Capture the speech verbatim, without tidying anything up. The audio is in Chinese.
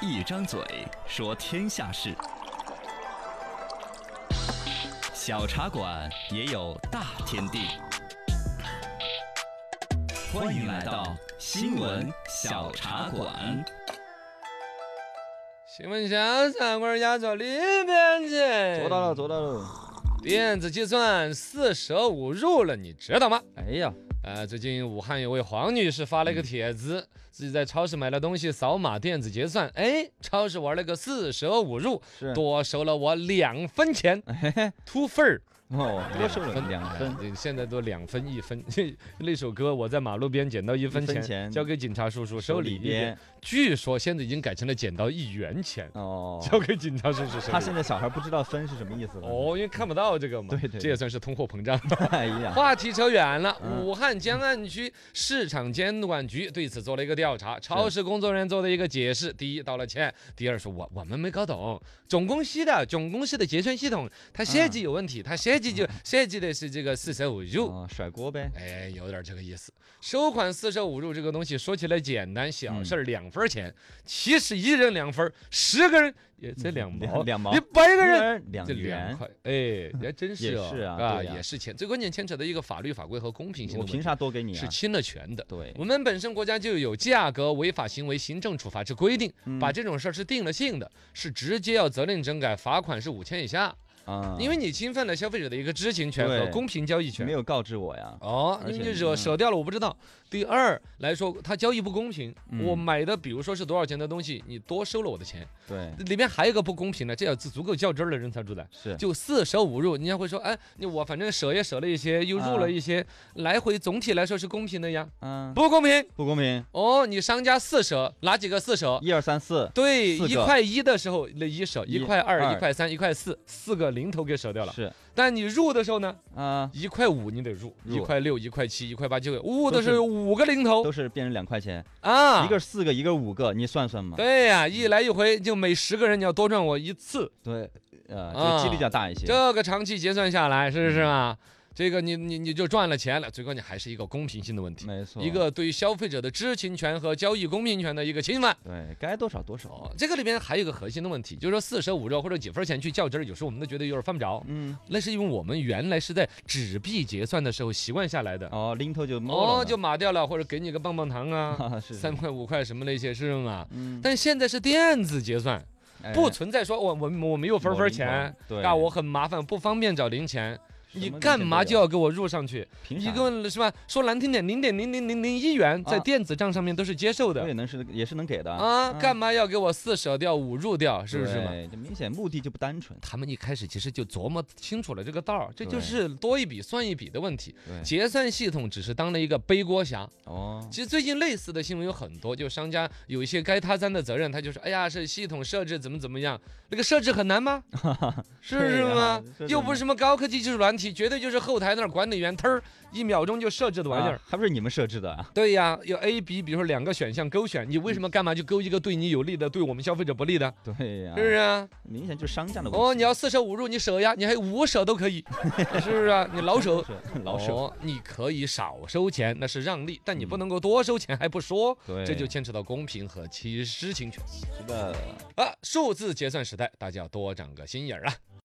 一张嘴说天下事，小茶馆也有大天地。欢迎来到新闻小茶馆。 新闻小茶馆压轴里边去， 做到了，做到了。 电子计算四舍五入了，你知道吗？ 哎呀， 呃，最近武汉有位黄女士发了一个帖子，自己在超市买了东西，扫码电子结算，哎，超市玩了个四舍五入， 是多收了我两分钱， 嘿嘿， two 份儿。 哦，多收了分两分。 哎现在都两分一分。那首歌我在马路边捡到一分一分钱， 钱交给警察叔叔收里边边。 据说现在已经改成了捡到一元钱， 哦， 交给警察叔叔收里边。 他现在小孩不知道分是什么意思了。 哦，因为看不到这个嘛， 对对这也算是通货膨胀。 哎呀， 话题扯远了， 嗯武汉江岸区市场监管局对此做了一个调查，超市工作人员做的一个解释：第一，道了歉；第二，说我我们没搞懂，总公司的总公司的结算系统它设计有问题，它设计就设计的是这个四舍五入。 哦，甩锅呗。 哎，有点这个意思。收款四舍五入这个东西说起来简单，小事儿两分钱，其实一人两分，十个人也才两毛， 两两毛一百个人。 人两这两元。 块，哎，还真是哦也是啊啊， 对呀也是钱。最关键牵扯到一个法律法规和公平性的问题， 我凭啥多给你啊？ 是侵了权的。 对， 我们本身国家就有价格违法行为行政处罚之规定， 嗯把这种事儿是定了性的，是直接要责令整改，罚款是五千以下， 啊， 因为你侵犯了消费者的一个知情权和对公平交易权没。有告知我呀。 哦， 而且因为惹嗯舍掉了，我不知道。第二来说，他交易不公平， 嗯我买的比如说是多少钱的东西，你多收了我的钱， 对， 里面还有一个不公平的，这要足够较真儿的人才知道。 是就四舍五入，人家会说，哎，你我反正舍也舍了一些，又入了一些，来回总体来说是公平的呀， 嗯， 不公平。 不公平。 哦，你商家四舍，哪几个四舍？ 一二三四， 对， 四个一块一的时候那一舍， 一一块二、 二一块三、一块四，四个零头给舍掉了。 是但你入的时候呢， 啊， 一块五你得入，一入块六、一块七、一块八、九块，误的都是是五个零头都是变成两块钱， 啊。 一个四个，一个五个，你算算嘛。 对呀，一来一回就每十个人你要多赚我一次， 对，呃， 啊这个几率就要大一些。 这个长期结算下来，是不是嘛？这个你你你就赚了钱了，最关键还是一个公平性的问题， 没错， 一个对于消费者的知情权和交易公平权的一个侵犯。 对该多少多少。 哦，这个里边还有一个核心的问题，就是说四舍五入或者几分钱去较真儿，有时候我们都觉得有点犯不着。 嗯， 那是因为我们原来是在纸币结算的时候习惯下来的， 哦，零头就没了哦， 嘛就码掉了，或者给你个棒棒糖啊， 哈哈是三块五块什么那些是吗？ 嗯， 但现在是电子结算， 哎不存在说我我我没有分分钱， 对啊，我很麻烦，不方便找零钱。你什么干嘛零钱都有就要给我入上去？一凭啥？ 个是吧？说难听点，零点零零零零一元在啊电子账上面都是接受的这也能是也是能给的啊，干嘛要给我四舍掉五入掉？是不是嘛？ 对，这明显目的就不单纯。 他们一开始其实就琢磨清楚了这个道儿，这就对是多一笔算一笔的问题。 对， 结算系统只是当了一个背锅侠。 哦， 其实最近类似的新闻有很多，就商家有一些该他担的责任，他就说：“哎呀，是系统设置怎么怎么样，那个设置很难吗？是不是对呀吗？ 设置又不是什么高科技技术软体，绝对就是后台那儿管理员，忒儿一秒钟就设置的玩意儿。 啊还不是你们设置的啊？ 对呀，有 A、B，比如说两个选项勾选，你为什么干嘛就勾一个对你有利的，对我们消费者不利的？ 对呀， 是不是啊？ 明显就是商家的问题。 哦，你要四舍五入，你舍呀，你还五舍都可以，是不是啊？你老舍。 是老手， 哦，你可以少收钱，那是让利，但你不能够多收钱还不说， 对， 这就牵扯到公平和其知情权是的。 啊。数字结算时代，大家要多长个心眼儿啊。